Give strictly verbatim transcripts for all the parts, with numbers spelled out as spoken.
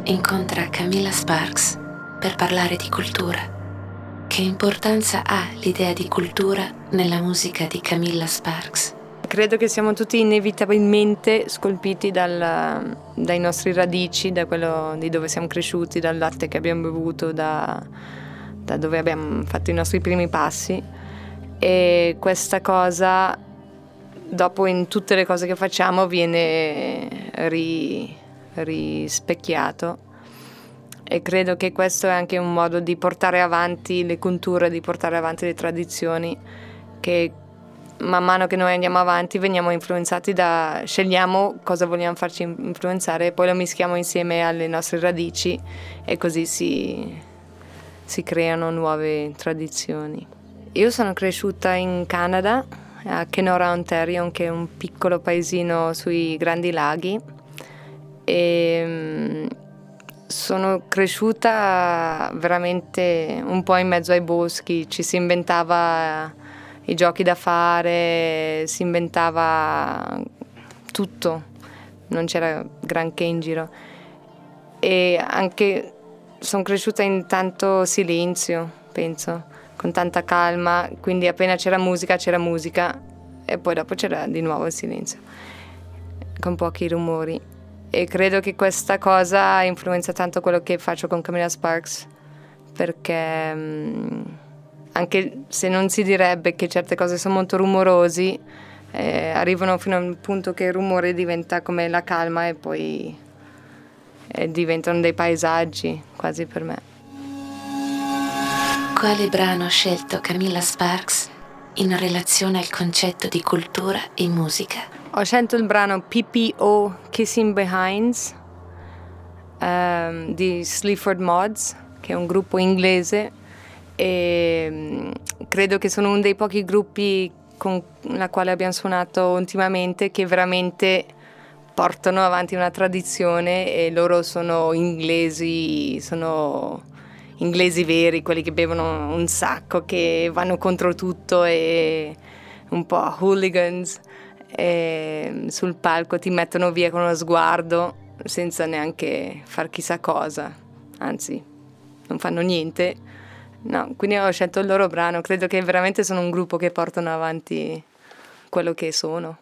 incontra Camilla Sparks per parlare di cultura. Che importanza ha l'idea di cultura nella musica di Camilla Sparks? Credo che siamo tutti inevitabilmente scolpiti dal, dai nostri radici, da quello di dove siamo cresciuti, dal latte che abbiamo bevuto, da, da dove abbiamo fatto i nostri primi passi. E questa cosa, dopo in tutte le cose che facciamo, viene ri, rispecchiato. E credo che questo è anche un modo di portare avanti le culture, di portare avanti le tradizioni, che man mano che noi andiamo avanti veniamo influenzati da, scegliamo cosa vogliamo farci influenzare e poi lo mischiamo insieme alle nostre radici e così si, si creano nuove tradizioni. Io sono cresciuta in Canada, a Kenora, Ontario, che è un piccolo paesino sui Grandi Laghi, e sono cresciuta veramente un po' in mezzo ai boschi, ci si inventava i giochi da fare, si inventava tutto, non c'era granché in giro. E anche sono cresciuta in tanto silenzio, penso, con tanta calma, quindi appena c'era musica c'era musica e poi dopo c'era di nuovo il silenzio, con pochi rumori. E credo che questa cosa influenza tanto quello che faccio con Camilla Sparks, perché mh, anche se non si direbbe che certe cose sono molto rumorosi, eh, arrivano fino al punto che il rumore diventa come la calma e poi eh, diventano dei paesaggi quasi per me. Quale brano ha scelto Camilla Sparks in relazione al concetto di cultura e musica? Ho scelto il brano P P O Kissing Behinds um, di Sleaford Mods, che è un gruppo inglese, e um, credo che sono uno dei pochi gruppi con la quale abbiamo suonato ultimamente che veramente portano avanti una tradizione, e loro sono inglesi, sono inglesi veri, quelli che bevono un sacco, che vanno contro tutto e un po' hooligans. E sul palco ti mettono via con uno sguardo senza neanche far chissà cosa, anzi non fanno niente. No, quindi ho scelto il loro brano, credo che veramente sono un gruppo che portano avanti quello che sono.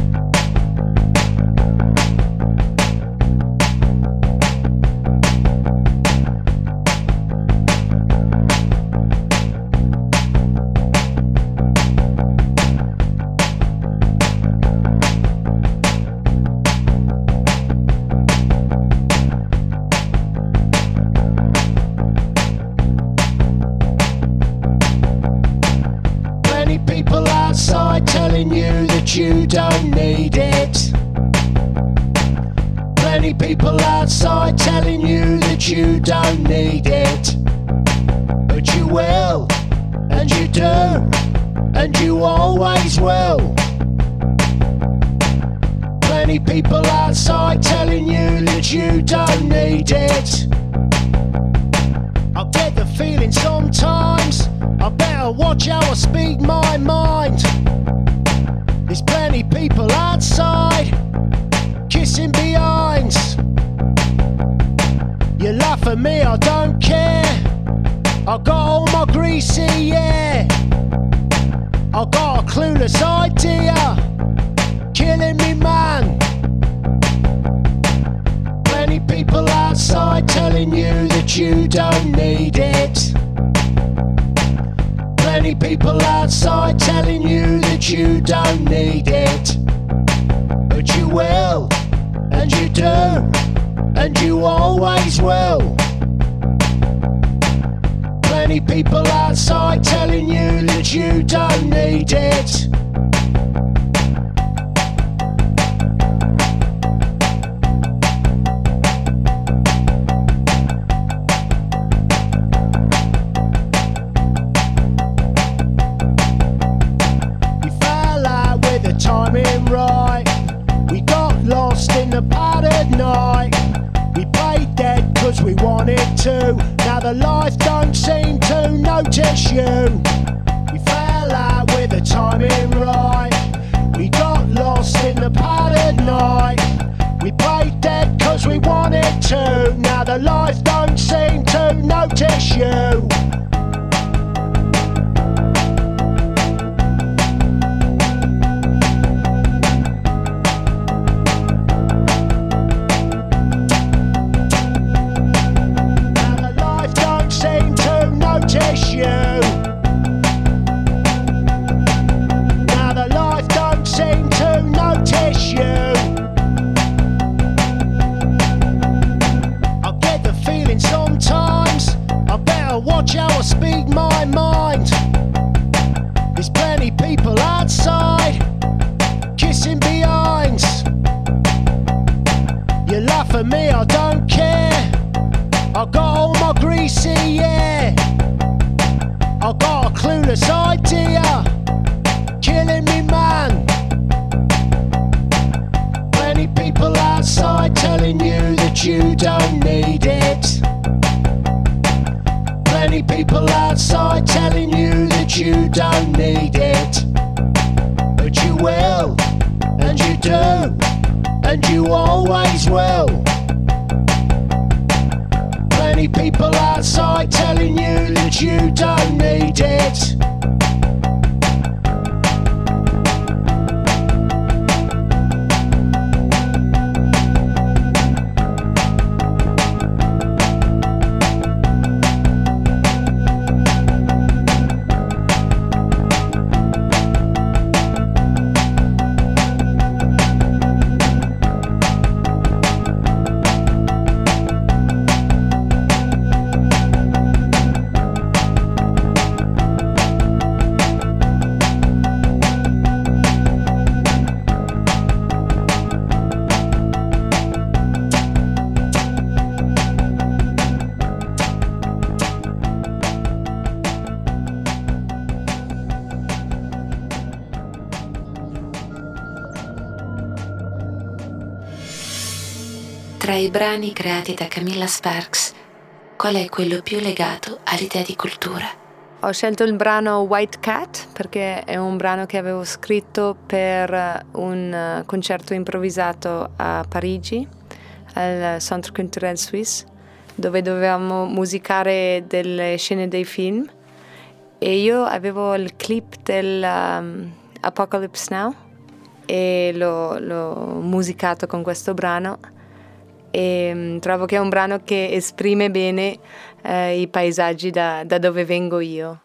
Telling you that you don't need it. Plenty people outside telling you that you don't need it. But you will, and you do, and you always will. Plenty people outside telling you that you don't need it. I get the feeling sometimes I better watch how I speak my mind. There's plenty people outside kissing behinds. You laugh at me, I don't care. I got all my greasy hair. I got a clueless idea, killing me, man. Plenty people outside telling you that you don't need it. Plenty people outside telling you that you don't need it. But you will, and you do, and you always will. Plenty people outside telling you that you don't need it. Timing right, we got lost in the padded night. We played dead cause we wanted to. Now the life don't seem to notice you. We fell out with the timing right. We got lost in the padded night. We played dead cause we wanted to. Now the notice you. Now that life don't seem to notice you. I get the feeling sometimes I better watch how I speak my mind. There's plenty people outside kissing behinds. You laugh at me, I don't care. I got all my greasy hair. I got a clueless idea, killing me, man. Plenty people outside telling you that you don't need it. Plenty people outside telling you that you don't need it. But you will, and you do, and you always will. Plenty people outside telling you that you don't need it. Tra i brani creati da Camilla Sparks, qual è quello più legato all'idea di cultura? Ho scelto il brano White Cat perché è un brano che avevo scritto per un concerto improvvisato a Parigi, al Centre Culturel Suisse, dove dovevamo musicare delle scene dei film e io avevo il clip del um, Apocalypse Now e l'ho, l'ho musicato con questo brano. E um, trovo che è un brano che esprime bene eh, i paesaggi da, da dove vengo io.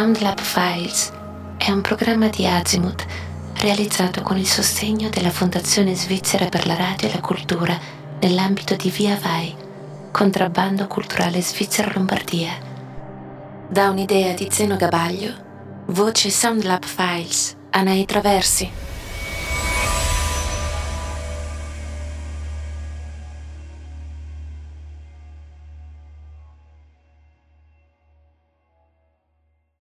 Soundlab Files è un programma di Azimuth realizzato con il sostegno della Fondazione Svizzera per la Radio e la Cultura nell'ambito di Via Vai, contrabbando culturale Svizzera Lombardia. Da un'idea di Zeno Gabaglio, voce Soundlab Files, Anai Traversi.